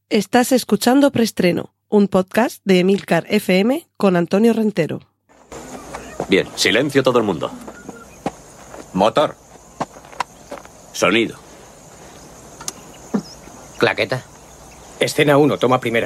Estás escuchando Preestreno, un podcast de Emilcar FM con Antonio Rentero. Bien, silencio todo el mundo. Motor. Sonido. Claqueta. Escena 1, toma primera.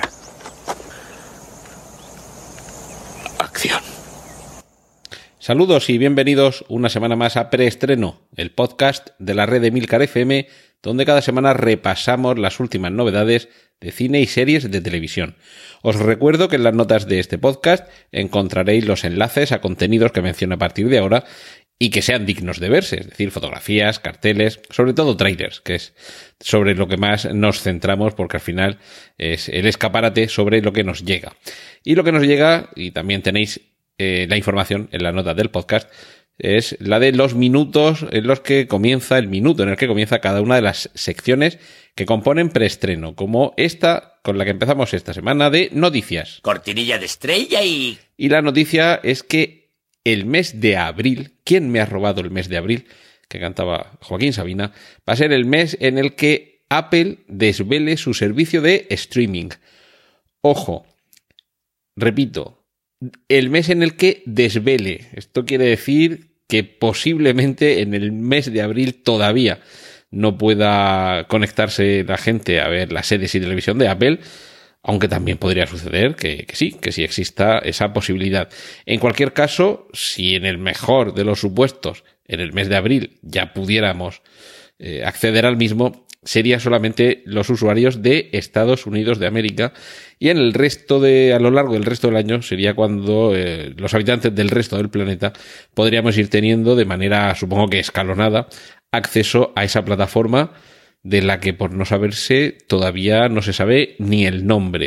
Acción. Saludos y bienvenidos una semana más a Preestreno, el podcast de la red de Emilcar FM, donde cada semana repasamos las últimas novedades de cine y series de televisión. Os recuerdo que en las notas de este podcast encontraréis los enlaces a contenidos que menciono a partir de ahora y que sean dignos de verse, es decir, fotografías, carteles, sobre todo trailers, que es sobre lo que más nos centramos porque al final es el escaparate sobre lo que nos llega. Y lo que nos llega, y también tenéis la información en la nota del podcast, es la de los minutos en los que comienza, el minuto en el que comienza cada una de las secciones que componen Preestreno, como esta con la que empezamos esta semana de noticias. Cortinilla de estrella y... Y la noticia es que el mes de abril, ¿quién me ha robado el mes de abril?, que cantaba Joaquín Sabina, va a ser el mes en el que Apple desvele su servicio de streaming. Ojo, repito, el mes en el que desvele. Esto quiere decir que posiblemente en el mes de abril todavía no pueda conectarse la gente a ver las series y televisión de Apple, aunque también podría suceder que sí exista esa posibilidad. En cualquier caso, si en el mejor de los supuestos, en el mes de abril, ya pudiéramos acceder al mismo, sería solamente los usuarios de Estados Unidos de América, y en el resto a lo largo del resto del año sería cuando los habitantes del resto del planeta podríamos ir teniendo de manera, supongo que escalonada, acceso a esa plataforma de la que, por no saberse, todavía no se sabe ni el nombre.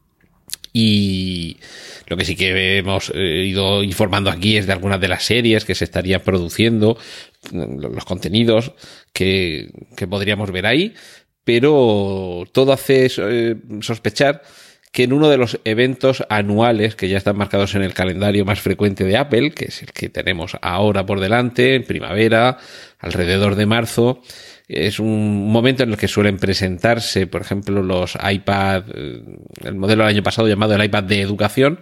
Y lo que sí que hemos ido informando aquí es de algunas de las series que se estarían produciendo, los contenidos que podríamos ver ahí, pero todo hace sospechar que en uno de los eventos anuales que ya están marcados en el calendario más frecuente de Apple, que es el que tenemos ahora por delante, en primavera, alrededor de marzo, es un momento en el que suelen presentarse, por ejemplo, los iPad, el modelo del año pasado llamado el iPad de educación,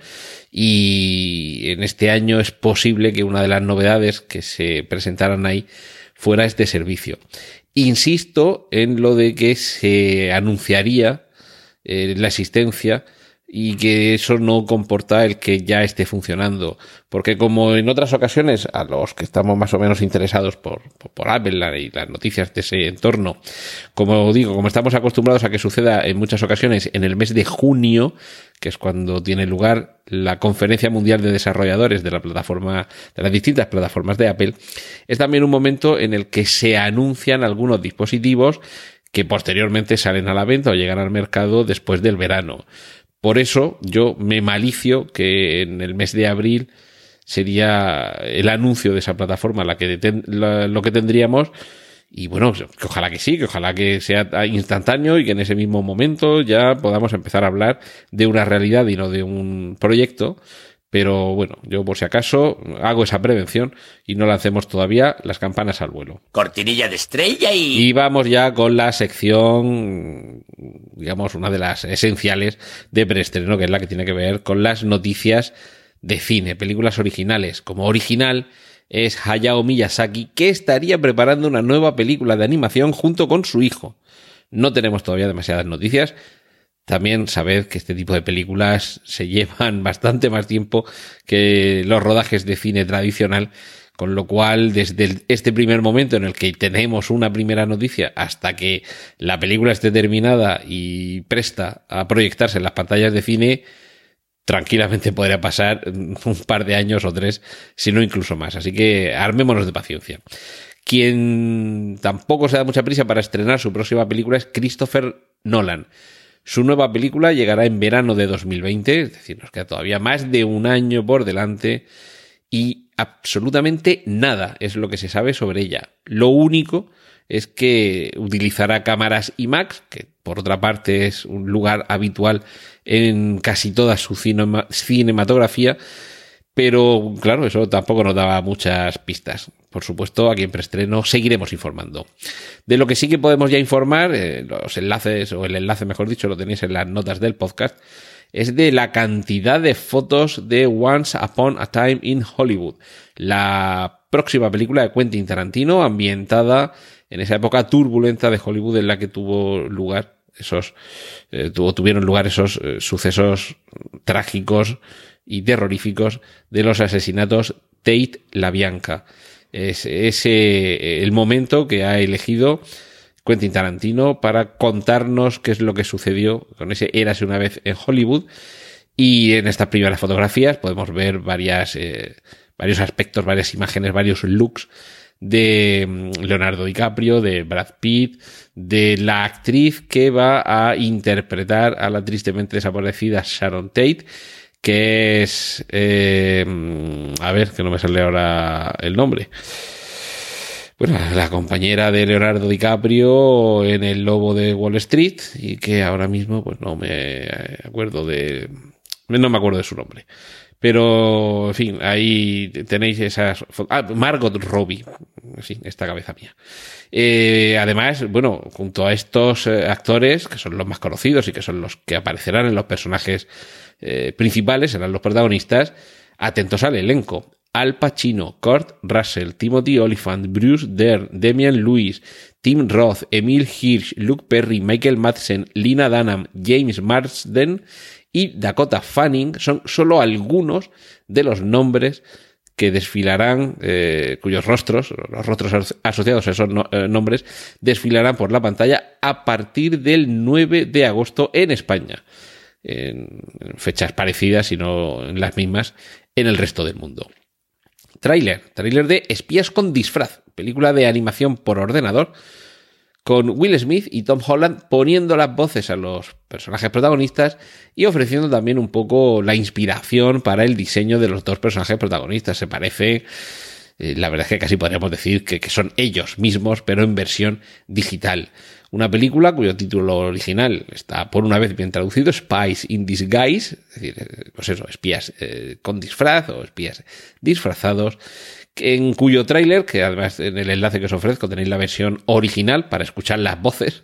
y en este año es posible que una de las novedades que se presentaran ahí fuera este servicio. Insisto en lo de que se anunciaría la existencia y que eso no comporta el que ya esté funcionando, porque como en otras ocasiones a los que estamos más o menos interesados por Apple y las noticias de ese entorno, como digo, como estamos acostumbrados a que suceda en muchas ocasiones en el mes de junio, que es cuando tiene lugar la Conferencia Mundial de Desarrolladores de la plataforma, de las distintas plataformas de Apple, es también un momento en el que se anuncian algunos dispositivos que posteriormente salen a la venta o llegan al mercado después del verano. Por eso yo me malicio que en el mes de abril sería el anuncio de esa plataforma lo que tendríamos, y bueno, que ojalá que sí, que ojalá que sea instantáneo y que en ese mismo momento ya podamos empezar a hablar de una realidad y no de un proyecto. Pero bueno, yo por si acaso hago esa prevención y no lancemos todavía las campanas al vuelo. Cortinilla de estrella y... Y vamos ya con la sección, digamos, una de las esenciales de Preestreno, que es la que tiene que ver con las noticias de cine, películas originales. Como original es Hayao Miyazaki, que estaría preparando una nueva película de animación junto con su hijo. No tenemos todavía demasiadas noticias. También sabed que este tipo de películas se llevan bastante más tiempo que los rodajes de cine tradicional, con lo cual desde este primer momento en el que tenemos una primera noticia hasta que la película esté terminada y presta a proyectarse en las pantallas de cine, tranquilamente podría pasar un par de años o 3, si no incluso más. Así que armémonos de paciencia. Quien tampoco se da mucha prisa para estrenar su próxima película es Christopher Nolan. Su nueva película llegará en verano de 2020, es decir, nos queda todavía más de un año por delante y absolutamente nada es lo que se sabe sobre ella. Lo único es que utilizará cámaras IMAX, que por otra parte es un lugar habitual en casi toda su cinematografía, Pero claro, eso tampoco nos daba muchas pistas. Por supuesto, aquí en Preestreno seguiremos informando. De lo que sí que podemos ya informar, los enlaces, o el enlace mejor dicho, lo tenéis en las notas del podcast, es de la cantidad de fotos de Once Upon a Time in Hollywood, la próxima película de Quentin Tarantino ambientada en esa época turbulenta de Hollywood en la que tuvieron lugar esos sucesos trágicos y terroríficos de los asesinatos Tate LaBianca. Es ese el momento que ha elegido Quentin Tarantino para contarnos qué es lo que sucedió con ese Érase una vez en Hollywood. Y en estas primeras fotografías podemos ver varios aspectos, varias imágenes, varios looks de Leonardo DiCaprio, de Brad Pitt, de la actriz que va a interpretar a la tristemente desaparecida Sharon Tate, que es a ver, que no me sale ahora el nombre. Bueno, la compañera de Leonardo DiCaprio en El Lobo de Wall Street, y que ahora mismo pues no me acuerdo de su nombre. Pero, en fin, ahí tenéis esas... Margot Robbie. Sí, esta cabeza mía. Además, bueno, junto a estos actores, que son los más conocidos y que son los que aparecerán en los personajes principales, serán los protagonistas, atentos al elenco. Al Pacino, Kurt Russell, Timothy Olyphant, Bruce Dern, Damian Lewis, Tim Roth, Emile Hirsch, Luke Perry, Michael Madsen, Lena Dunham, James Marsden y Dakota Fanning son solo algunos de los nombres que desfilarán, cuyos rostros, los rostros asociados a esos nombres, desfilarán por la pantalla a partir del 9 de agosto en España. En fechas parecidas, y no en las mismas, en el resto del mundo. Tráiler de Espías con disfraz, película de animación por ordenador, con Will Smith y Tom Holland poniendo las voces a los personajes protagonistas y ofreciendo también un poco la inspiración para el diseño de los dos personajes protagonistas. Se parece, la verdad es que casi podríamos decir que son ellos mismos, pero en versión digital. Una película cuyo título original está por una vez bien traducido, Spies in Disguise, es decir, pues eso, espías con disfraz o espías disfrazados, en cuyo tráiler, que además en el enlace que os ofrezco tenéis la versión original para escuchar las voces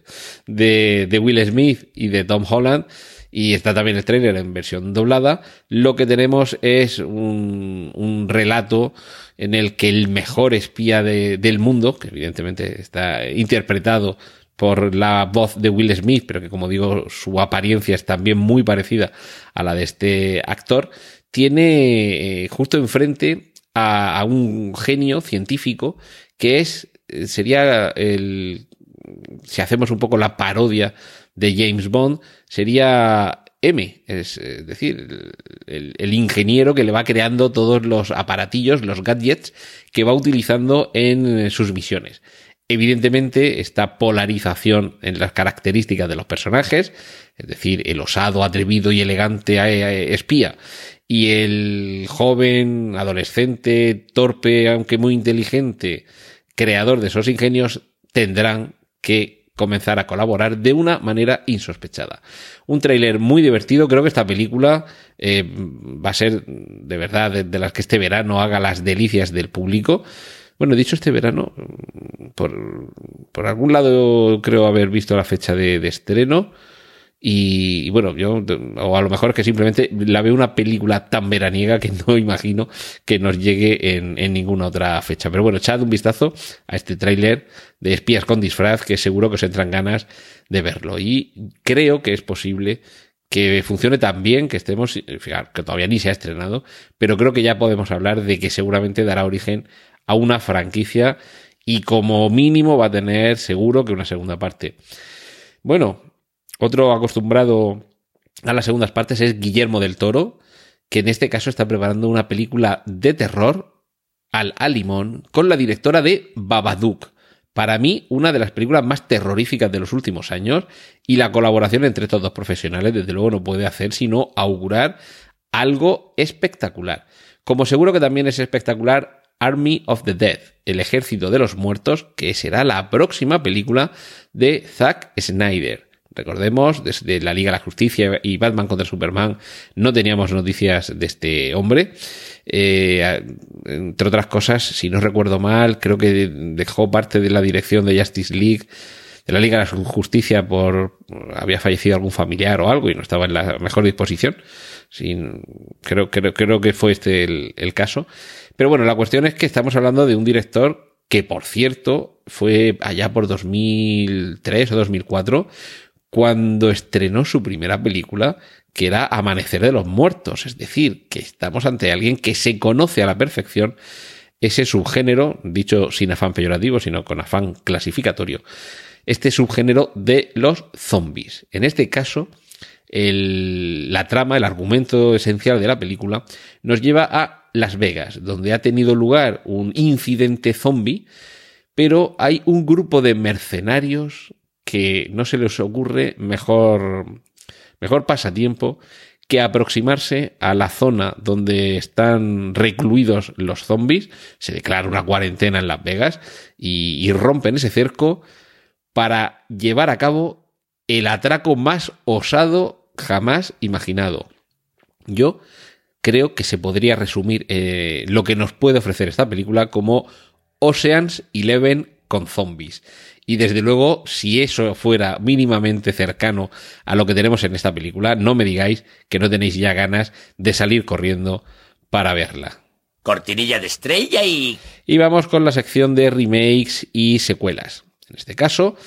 de Will Smith y de Tom Holland, y está también el tráiler en versión doblada. Lo que tenemos es un relato en el que el mejor espía del mundo, que evidentemente está interpretado por la voz de Will Smith, pero que, como digo, su apariencia es también muy parecida a la de este actor, tiene justo enfrente a un genio científico que sería si hacemos un poco la parodia de James Bond, sería M, es decir, el ingeniero que le va creando todos los aparatillos, los gadgets que va utilizando en sus misiones. Evidentemente, esta polarización en las características de los personajes, es decir, el osado, atrevido y elegante espía, y el joven, adolescente, torpe, aunque muy inteligente, creador de esos ingenios, tendrán que comenzar a colaborar de una manera insospechada. Un tráiler muy divertido. Creo que esta película va a ser, de verdad, de las que este verano haga las delicias del público. Bueno, he dicho este verano, por algún lado creo haber visto la fecha de estreno, y bueno, o a lo mejor es que simplemente la veo una película tan veraniega que no imagino que nos llegue en ninguna otra fecha. Pero bueno, echad un vistazo a este tráiler de Espías con disfraz, que seguro que os entran ganas de verlo, y creo que es posible que funcione tan bien que estemos, fijar, que todavía ni se ha estrenado, pero creo que ya podemos hablar de que seguramente dará origen a una franquicia, y como mínimo va a tener seguro que una segunda parte. Bueno, otro acostumbrado a las segundas partes es Guillermo del Toro, que en este caso está preparando una película de terror al limón con la directora de Babadook. Para mí, una de las películas más terroríficas de los últimos años, y la colaboración entre estos dos profesionales desde luego no puede hacer sino augurar algo espectacular. Como seguro que también es espectacular Army of the Dead, el ejército de los muertos, que será la próxima película de Zack Snyder, Recordemos, desde la Liga de la Justicia y Batman contra Superman no teníamos noticias de este hombre. Entre otras cosas, si no recuerdo mal, creo que dejó parte de la dirección de Justice League, de la Liga de la Justicia, había fallecido algún familiar o algo y no estaba en la mejor disposición. Creo que fue este el caso. Pero bueno, la cuestión es que estamos hablando de un director que, por cierto, fue allá por 2003 o 2004 cuando estrenó su primera película, que era Amanecer de los Muertos. Es decir, que estamos ante alguien que se conoce a la perfección ese subgénero, dicho sin afán peyorativo, sino con afán clasificatorio, este subgénero de los zombies. En este caso, la trama, el argumento esencial de la película nos lleva a Las Vegas, donde ha tenido lugar un incidente zombie, pero hay un grupo de mercenarios que no se les ocurre mejor pasatiempo que aproximarse a la zona donde están recluidos los zombies. Se declara una cuarentena en Las Vegas y rompen ese cerco para llevar a cabo el atraco más osado jamás imaginado. Yo creo que se podría resumir lo que nos puede ofrecer esta película como Ocean's 11 con zombies. Y desde luego, si eso fuera mínimamente cercano a lo que tenemos en esta película, no me digáis que no tenéis ya ganas de salir corriendo para verla. Cortinilla de estrella y... Y vamos con la sección de remakes y secuelas. En este caso,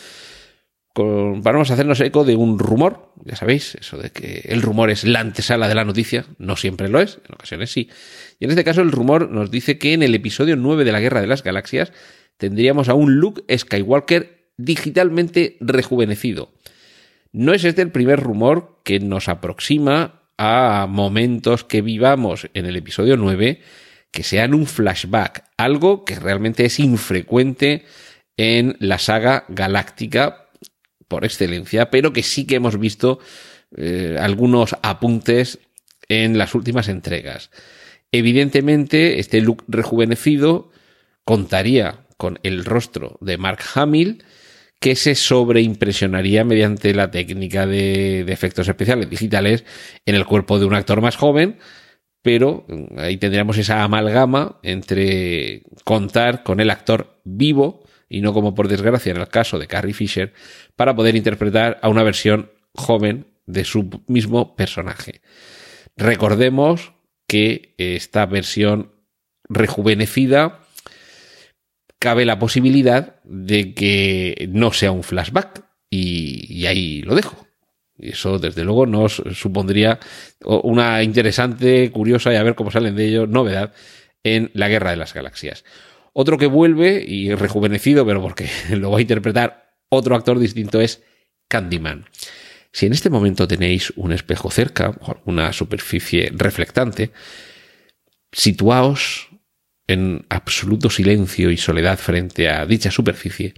vamos a hacernos eco de un rumor. Ya sabéis, eso de que el rumor es la antesala de la noticia. No siempre lo es, en ocasiones sí. Y en este caso el rumor nos dice que en el episodio 9 de la Guerra de las Galaxias tendríamos a un Luke Skywalker digitalmente rejuvenecido. No es este el primer rumor que nos aproxima a momentos que vivamos en el episodio 9 que sean un flashback, algo que realmente es infrecuente en la saga galáctica por excelencia, pero que sí que hemos visto algunos apuntes en las últimas entregas. Evidentemente, este Luke rejuvenecido contaría con el rostro de Mark Hamill, que se sobreimpresionaría mediante la técnica de efectos especiales digitales en el cuerpo de un actor más joven, pero ahí tendríamos esa amalgama entre contar con el actor vivo y no como por desgracia en el caso de Carrie Fisher, para poder interpretar a una versión joven de su mismo personaje. Recordemos que esta versión rejuvenecida cabe la posibilidad de que no sea un flashback y ahí lo dejo. Y eso desde luego nos supondría una interesante, curiosa y a ver cómo salen de ello novedad en la Guerra de las Galaxias. Otro que vuelve y rejuvenecido, pero porque lo va a interpretar otro actor distinto, es Candyman. Si en este momento tenéis un espejo cerca o alguna superficie reflectante, situaos en absoluto silencio y soledad frente a dicha superficie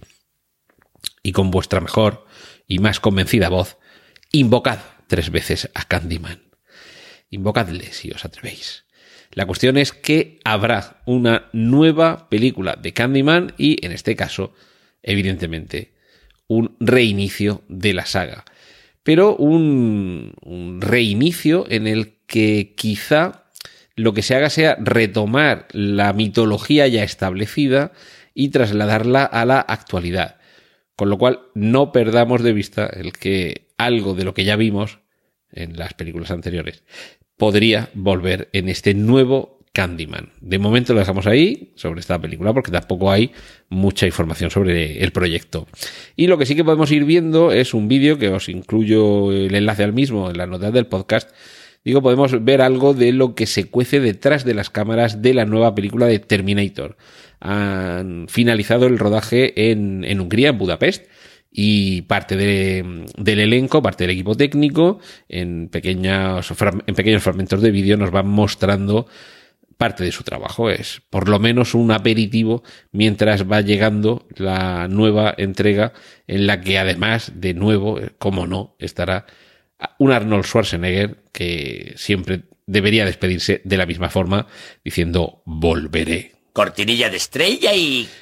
y con vuestra mejor y más convencida voz, invocad 3 veces a Candyman. Invocadle si os atrevéis. La cuestión es que habrá una nueva película de Candyman y, en este caso, evidentemente, un reinicio de la saga. Pero un reinicio en el que quizá lo que se haga sea retomar la mitología ya establecida y trasladarla a la actualidad. Con lo cual, no perdamos de vista el que algo de lo que ya vimos en las películas anteriores podría volver en este nuevo Candyman. De momento lo dejamos ahí, sobre esta película, porque tampoco hay mucha información sobre el proyecto. Y lo que sí que podemos ir viendo es un vídeo, que os incluyo el enlace al mismo en las notas del podcast. Podemos ver algo de lo que se cuece detrás de las cámaras de la nueva película de Terminator. Han finalizado el rodaje en Hungría, en Budapest, y parte del elenco, parte del equipo técnico, en pequeños fragmentos de vídeo nos van mostrando parte de su trabajo. Es por lo menos un aperitivo mientras va llegando la nueva entrega, en la que además, de nuevo, como no, estará un Arnold Schwarzenegger que siempre debería despedirse de la misma forma, diciendo volveré. Cortinilla de estrella y...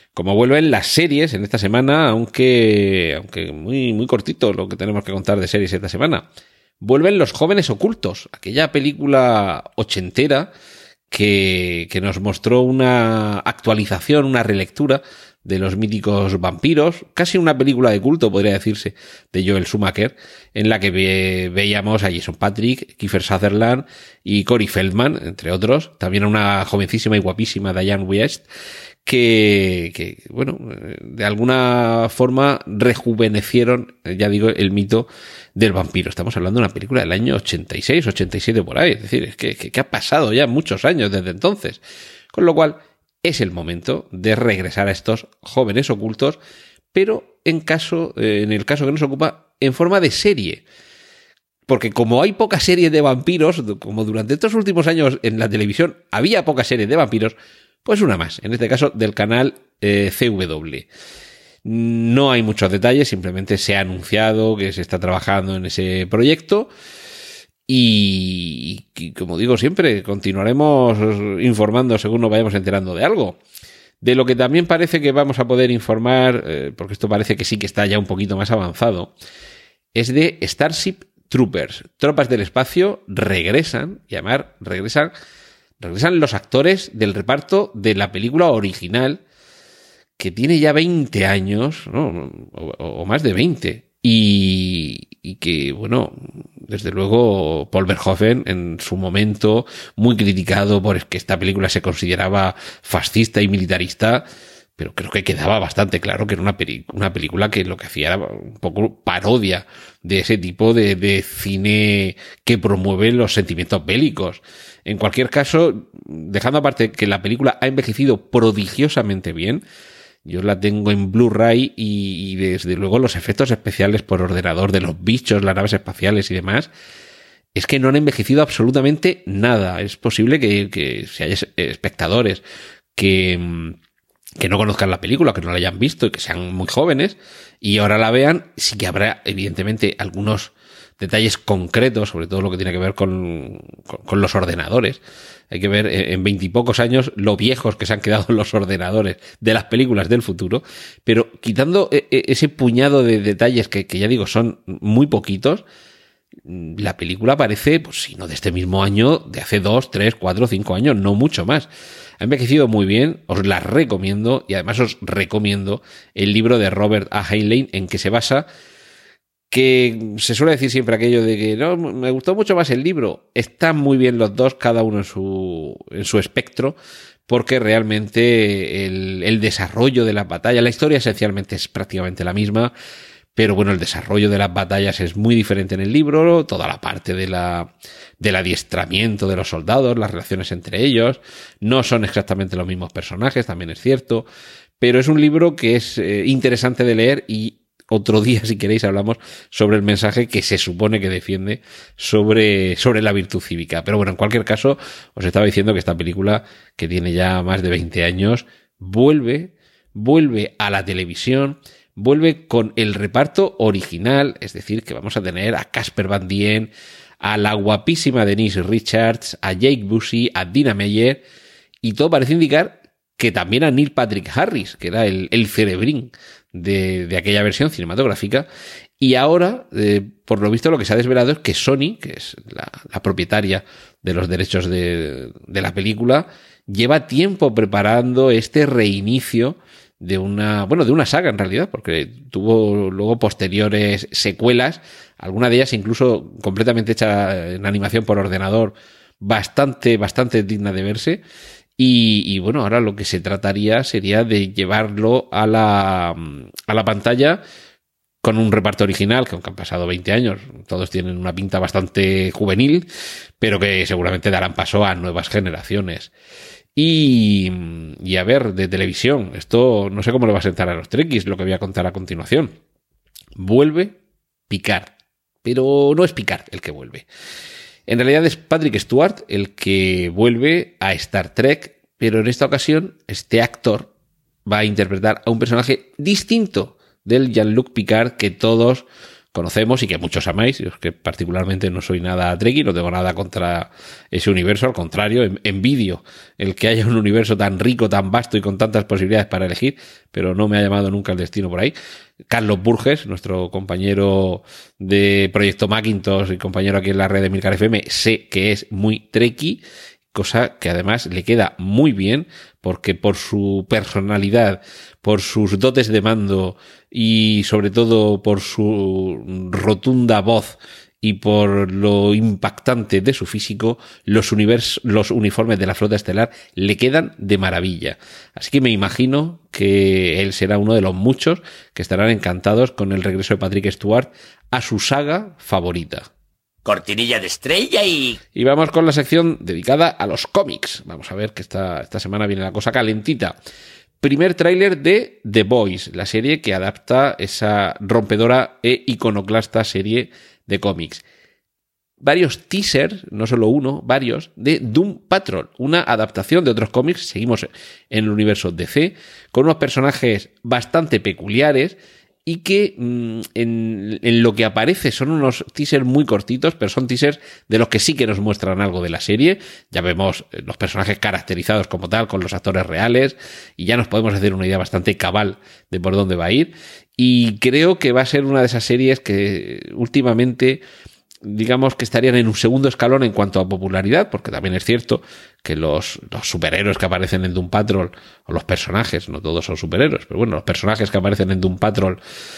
Como vuelven las series en esta semana, aunque muy, muy cortito lo que tenemos que contar de series esta semana. Vuelven Los jóvenes ocultos, aquella película ochentera que nos mostró una actualización, una relectura de los míticos vampiros, casi una película de culto, podría decirse, de Joel Schumacher, en la que veíamos a Jason Patric, Kiefer Sutherland y Corey Feldman, entre otros, también a una jovencísima y guapísima Diane West, que bueno, de alguna forma rejuvenecieron, ya digo, el mito del vampiro. Estamos hablando de una película del año 86, 87 por ahí, es decir, es que ha pasado ya muchos años desde entonces, con lo cual es el momento de regresar a estos jóvenes ocultos, pero en el caso que nos ocupa, en forma de serie. Porque como hay pocas series de vampiros, como durante estos últimos años en la televisión había pocas series de vampiros, pues una más, en este caso del canal CW. No hay muchos detalles, simplemente se ha anunciado que se está trabajando en ese proyecto. Y como digo siempre, continuaremos informando según nos vayamos enterando de algo. De lo que también parece que vamos a poder informar, porque esto parece que sí que está ya un poquito más avanzado, es de Starship Troopers. Tropas del espacio regresan, y además regresan los actores del reparto de la película original, que tiene ya 20 años, ¿no? o más de 20. Y que, bueno, desde luego Paul Verhoeven en su momento, muy criticado por que esta película se consideraba fascista y militarista, pero creo que quedaba bastante claro que era una película que lo que hacía era un poco parodia de ese tipo de cine que promueve los sentimientos bélicos. En cualquier caso, dejando aparte que la película ha envejecido prodigiosamente bien, yo la tengo en Blu-ray y desde luego los efectos especiales por ordenador de los bichos, las naves espaciales y demás, es que no han envejecido absolutamente nada. Es posible que si hay espectadores que no conozcan la película, que no la hayan visto y que sean muy jóvenes y ahora la vean, sí que habrá evidentemente algunos detalles concretos, sobre todo lo que tiene que ver con los ordenadores. Hay que ver en 20 y pocos años lo viejos que se han quedado los ordenadores de las películas del futuro, pero quitando ese puñado de detalles que ya digo son muy poquitos, la película parece, pues si no de este mismo año, de hace 2, 3, 4, 5 años, no mucho más. Ha envejecido muy bien, os la recomiendo y además os recomiendo el libro de Robert A. Heinlein en que se basa, que se suele decir siempre aquello de que no, me gustó mucho más el libro. Están muy bien los dos, cada uno en su espectro, porque realmente el desarrollo de las batallas, la historia esencialmente es prácticamente la misma, pero bueno, el desarrollo de las batallas es muy diferente en el libro, toda la parte del adiestramiento de los soldados, las relaciones entre ellos, no son exactamente los mismos personajes, también es cierto, pero es un libro que es interesante de leer y otro día, si queréis, hablamos sobre el mensaje que se supone que defiende sobre la virtud cívica. Pero bueno, en cualquier caso, os estaba diciendo que esta película, que tiene ya más de 20 años, vuelve a la televisión, vuelve con el reparto original, es decir, que vamos a tener a Casper Van Dien, a la guapísima Denise Richards, a Jake Busey, a Dina Meyer, y todo parece indicar que también a Neil Patrick Harris, que era el cerebrín de aquella versión cinematográfica, y ahora, por lo visto, lo que se ha desvelado es que Sony, que es la propietaria de los derechos de la película, lleva tiempo preparando este reinicio de una saga en realidad, porque tuvo luego posteriores secuelas, alguna de ellas incluso completamente hecha en animación por ordenador, bastante digna de verse. Y bueno, ahora lo que se trataría sería de llevarlo a la pantalla con un reparto original, que aunque han pasado 20 años, todos tienen una pinta bastante juvenil, pero que seguramente darán paso a nuevas generaciones. Y a ver, de televisión, esto no sé cómo le va a sentar a los trekkies, lo que voy a contar a continuación. Vuelve Picard, pero no es Picard el que vuelve. En realidad es Patrick Stewart el que vuelve a Star Trek, pero en esta ocasión este actor va a interpretar a un personaje distinto del Jean-Luc Picard que todos conocemos y que muchos amáis. Yo es que particularmente no soy nada trekkie, no tengo nada contra ese universo, al contrario, envidio el que haya un universo tan rico, tan vasto y con tantas posibilidades para elegir, pero no me ha llamado nunca el destino por ahí. Carlos Burges, nuestro compañero de Proyecto Macintosh y compañero aquí en la red de Emilcar FM, sé que es muy trekkie, cosa que además le queda muy bien, porque por su personalidad, por sus dotes de mando y sobre todo por su rotunda voz y por lo impactante de su físico, los uniformes de la Flota Estelar le quedan de maravilla. Así que me imagino que él será uno de los muchos que estarán encantados con el regreso de Patrick Stewart a su saga favorita. Cortinilla de estrella y vamos con la sección dedicada a los cómics. Vamos a ver que esta semana viene la cosa calentita. Primer tráiler de The Boys, la serie que adapta esa rompedora e iconoclasta serie de cómics. Varios teasers, no solo uno, varios, de Doom Patrol, una adaptación de otros cómics. Seguimos en el universo DC, con unos personajes bastante peculiares y que en lo que aparece son unos teasers muy cortitos, pero son teasers de los que sí que nos muestran algo de la serie. Ya vemos los personajes caracterizados como tal, con los actores reales, y ya nos podemos hacer una idea bastante cabal de por dónde va a ir. Y creo que va a ser una de esas series que últimamente, digamos que estarían en un segundo escalón en cuanto a popularidad, porque también es cierto que los superhéroes que aparecen en Doom Patrol, o los personajes, no todos son superhéroes, pero bueno, los personajes que aparecen en Doom Patrol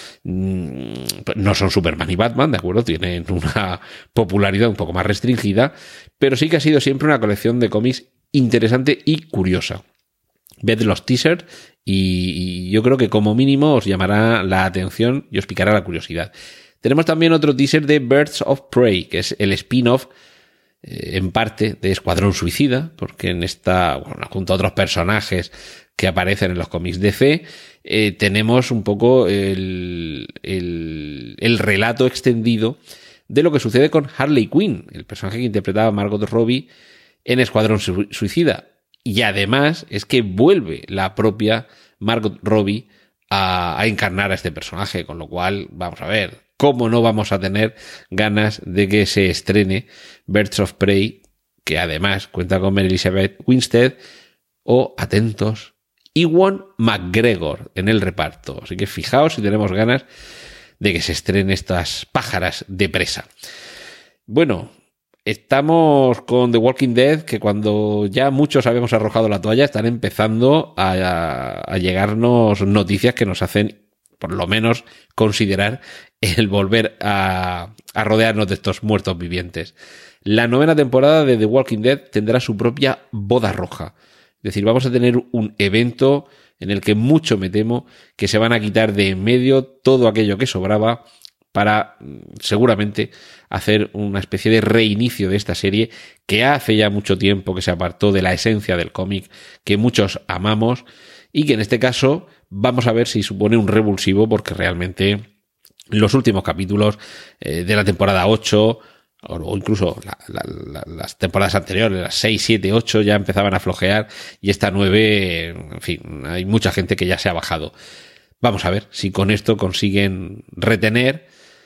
no son Superman y Batman, ¿de acuerdo? Tienen una popularidad un poco más restringida, pero sí que ha sido siempre una colección de cómics interesante y curiosa. Ved los teasers y yo creo que como mínimo os llamará la atención y os picará la curiosidad. Tenemos también otro teaser de Birds of Prey, que es el spin-off en parte de Escuadrón Suicida, porque en esta, bueno, junto a otros personajes que aparecen en los cómics DC, tenemos un poco el relato extendido de lo que sucede con Harley Quinn, el personaje que interpretaba Margot Robbie en Escuadrón Suicida. Y además es que vuelve la propia Margot Robbie a encarnar a este personaje, con lo cual, vamos a ver, ¿cómo no vamos a tener ganas de que se estrene Birds of Prey, que además cuenta con Mary Elizabeth Winstead o, atentos, Ewan McGregor en el reparto? Así que fijaos si tenemos ganas de que se estrenen estas pájaras de presa. Bueno, estamos con The Walking Dead, que cuando ya muchos habíamos arrojado la toalla, están empezando a llegarnos noticias que nos hacen por lo menos considerar el volver a rodearnos de estos muertos vivientes. La 9ª temporada de The Walking Dead tendrá su propia boda roja. Es decir, vamos a tener un evento en el que mucho me temo que se van a quitar de en medio todo aquello que sobraba para seguramente hacer una especie de reinicio de esta serie que hace ya mucho tiempo que se apartó de la esencia del cómic que muchos amamos y que en este caso vamos a ver si supone un revulsivo, porque realmente los últimos capítulos de la temporada 8 o incluso las temporadas anteriores, las 6, 7, 8 ya empezaban a flojear y esta 9, en fin, hay mucha gente que ya se ha bajado. Vamos a ver si con esto consiguen retener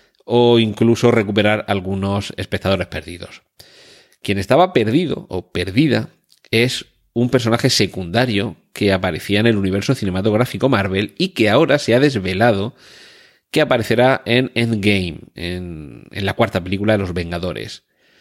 o incluso recuperar algunos espectadores perdidos. Quien estaba perdido o perdida es un personaje secundario que aparecía en el universo cinematográfico Marvel y que ahora se ha desvelado que aparecerá en Endgame, en la 4ª película de Los Vengadores.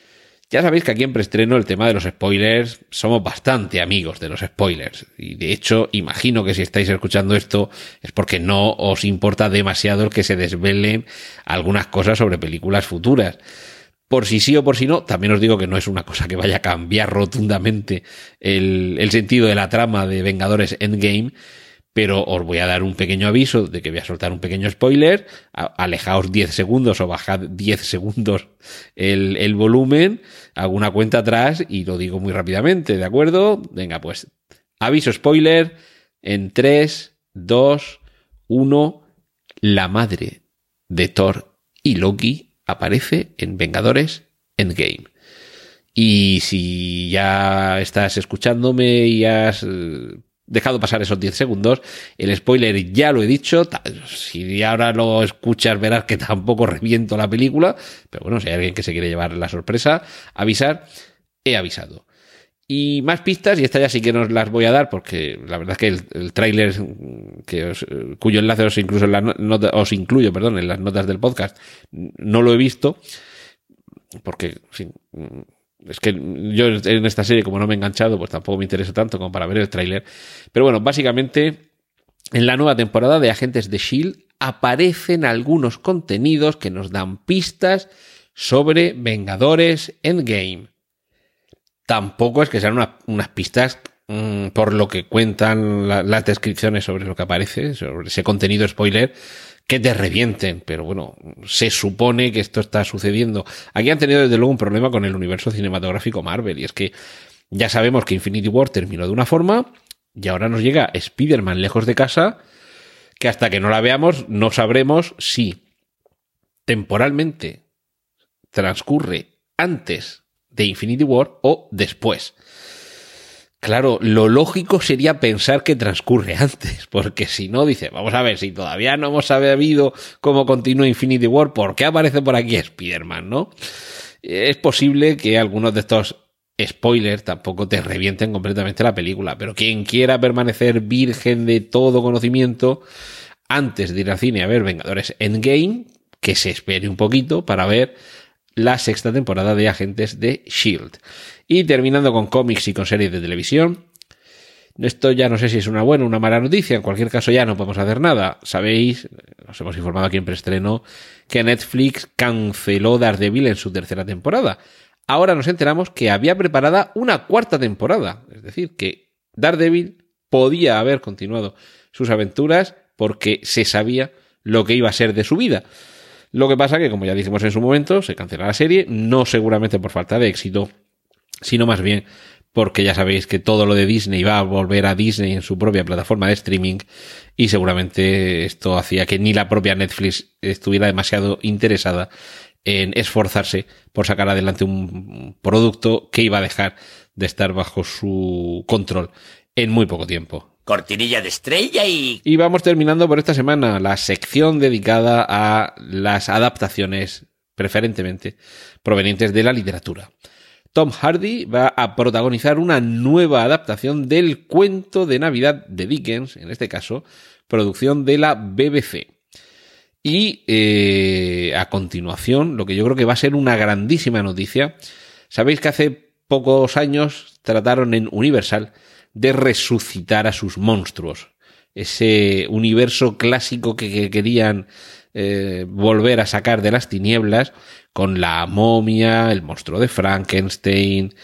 Ya sabéis que aquí en Preestreno el tema de los spoilers, somos bastante amigos de los spoilers. Y de hecho, imagino que si estáis escuchando esto es porque no os importa demasiado el que se desvelen algunas cosas sobre películas futuras. Por si sí o por si no, también os digo que no es una cosa que vaya a cambiar rotundamente el sentido de la trama de Vengadores Endgame, pero os voy a dar un pequeño aviso de que voy a soltar un pequeño spoiler. Alejaos 10 segundos o bajad 10 segundos el volumen, hago una cuenta atrás y lo digo muy rápidamente, ¿de acuerdo? Venga, pues aviso spoiler en 3, 2, 1. La madre de Thor y Loki aparece en Vengadores Endgame. Y si ya estás escuchándome y has dejado pasar esos 10 segundos. El spoiler ya lo he dicho. Si ahora lo escuchas verás que tampoco reviento la película. Pero bueno, si hay alguien que se quiere llevar la sorpresa, avisar, he avisado. Y más pistas, y esta ya sí que nos las voy a dar, porque la verdad es que el tráiler cuyo enlace os incluyo en las notas del podcast, no lo he visto, porque en fin, es que yo en esta serie, como no me he enganchado, pues tampoco me interesa tanto como para ver el tráiler. Pero bueno, básicamente, en la nueva temporada de Agentes de S.H.I.E.L.D. aparecen algunos contenidos que nos dan pistas sobre Vengadores Endgame. Tampoco es que sean unas pistas por lo que cuentan las descripciones sobre lo que aparece, sobre ese contenido spoiler, que te revienten. Pero bueno, se supone que esto está sucediendo. Aquí han tenido desde luego un problema con el universo cinematográfico Marvel, y es que ya sabemos que Infinity War terminó de una forma y ahora nos llega Spider-Man lejos de casa, que hasta que no la veamos no sabremos si temporalmente transcurre antes de Infinity War o después. Claro, lo lógico sería pensar que transcurre antes, porque si no, dice, vamos a ver, si todavía no hemos sabido cómo continúa Infinity War, ¿por qué aparece por aquí Spider-Man, no? Es posible que algunos de estos spoilers tampoco te revienten completamente la película, pero quien quiera permanecer virgen de todo conocimiento antes de ir al cine a ver Vengadores Endgame, que se espere un poquito para ver la 6ª temporada de Agentes de S.H.I.E.L.D. Y terminando con cómics y con series de televisión, esto ya no sé si es una buena o una mala noticia, en cualquier caso ya no podemos hacer nada. Sabéis, nos hemos informado aquí en preestreno, que Netflix canceló Daredevil en su 3ª temporada. Ahora nos enteramos que había preparada una 4ª temporada, es decir, que Daredevil podía haber continuado sus aventuras porque se sabía lo que iba a ser de su vida. Lo que pasa que, como ya dijimos en su momento, se cancela la serie, no seguramente por falta de éxito, sino más bien porque ya sabéis que todo lo de Disney va a volver a Disney en su propia plataforma de streaming, y seguramente esto hacía que ni la propia Netflix estuviera demasiado interesada en esforzarse por sacar adelante un producto que iba a dejar de estar bajo su control en muy poco tiempo. Cortinilla de estrella y... Y vamos terminando por esta semana la sección dedicada a las adaptaciones, preferentemente provenientes de la literatura. Tom Hardy va a protagonizar una nueva adaptación del cuento de Navidad de Dickens, en este caso, producción de la BBC. Y a continuación, lo que yo creo que va a ser una grandísima noticia. Sabéis que hace pocos años trataron en Universal de resucitar a sus monstruos. Ese universo clásico que querían volver a sacar de las tinieblas, con la momia, el monstruo de Frankenstein,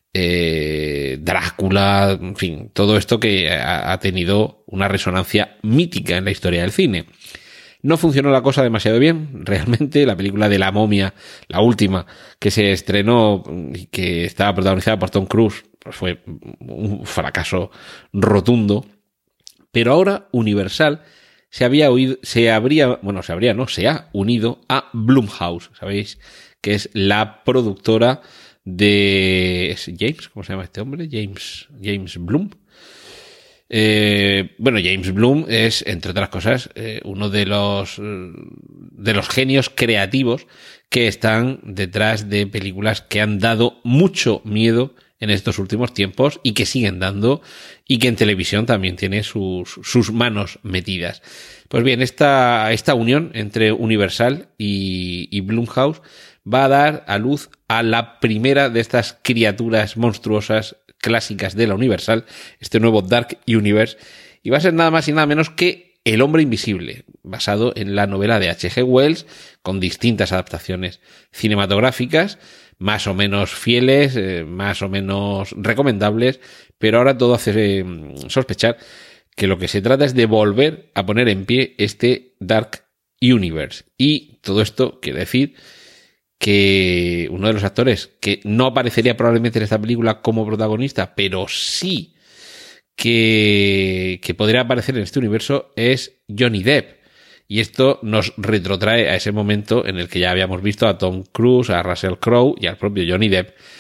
Drácula, en fin, todo esto que ha tenido una resonancia mítica en la historia del cine. No funcionó la cosa demasiado bien, realmente. La película de la momia, la última que se estrenó y que estaba protagonizada por Tom Cruise, pues fue un fracaso rotundo. Pero ahora Universal se ha unido a Blumhouse, ¿sabéis? Que es la productora de James, ¿cómo se llama este hombre? James Blum. James Blum es, entre otras cosas, uno de los genios creativos que están detrás de películas que han dado mucho miedo en estos últimos tiempos y que siguen dando, y que en televisión también tiene sus manos metidas. Pues bien, esta unión entre Universal y Blumhouse va a dar a luz a la primera de estas criaturas monstruosas clásicas de la Universal, este nuevo Dark Universe, y va a ser nada más y nada menos que El Hombre Invisible, basado en la novela de H.G. Wells, con distintas adaptaciones cinematográficas, más o menos fieles, más o menos recomendables, pero ahora todo hace sospechar que lo que se trata es de volver a poner en pie este Dark Universe. Y todo esto quiere decir que uno de los actores que no aparecería probablemente en esta película como protagonista, pero sí que podría aparecer en este universo, es Johnny Depp. Y esto nos retrotrae a ese momento en el que ya habíamos visto a Tom Cruise, a Russell Crowe y al propio Johnny Depp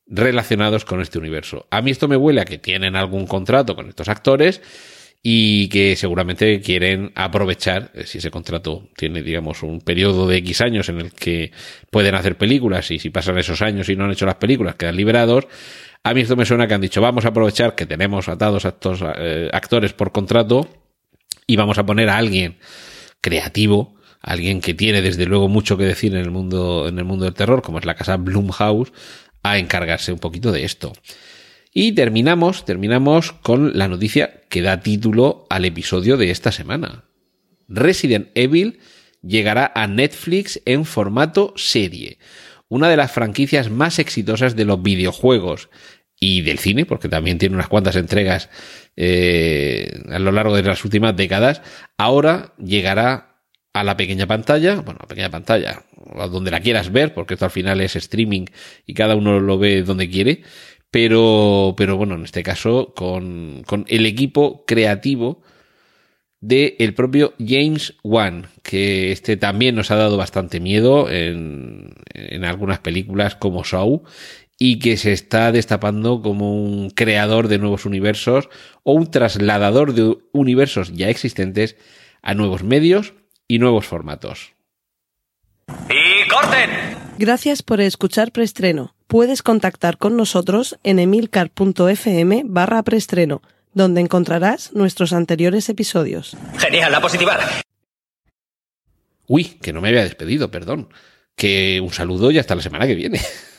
relacionados con este universo. A mí esto me huele a que tienen algún contrato con estos actores y que seguramente quieren aprovechar, si ese contrato tiene, digamos, un periodo de X años en el que pueden hacer películas, y si pasan esos años y no han hecho las películas, quedan liberados. A mí esto me suena que han dicho, vamos a aprovechar que tenemos atados a estos actores por contrato y vamos a poner a alguien creativo, alguien que tiene desde luego mucho que decir en el mundo del terror, como es la casa Blumhouse, a encargarse un poquito de esto. Y terminamos con la noticia que da título al episodio de esta semana. Resident Evil llegará a Netflix en formato serie. Una de las franquicias más exitosas de los videojuegos y del cine, porque también tiene unas cuantas entregas a lo largo de las últimas décadas, ahora llegará a la pequeña pantalla, a donde la quieras ver, porque esto al final es streaming y cada uno lo ve donde quiere, pero bueno, en este caso con el equipo creativo del propio James Wan, que también nos ha dado bastante miedo en algunas películas como Saw, y que se está destapando como un creador de nuevos universos o un trasladador de universos ya existentes a nuevos medios y nuevos formatos. ¡Y corten! Gracias por escuchar Preestreno. Puedes contactar con nosotros en emilcar.fm/preestreno, donde encontrarás nuestros anteriores episodios. Genial, la positiva. Uy, que no me había despedido, perdón. Que un saludo y hasta la semana que viene.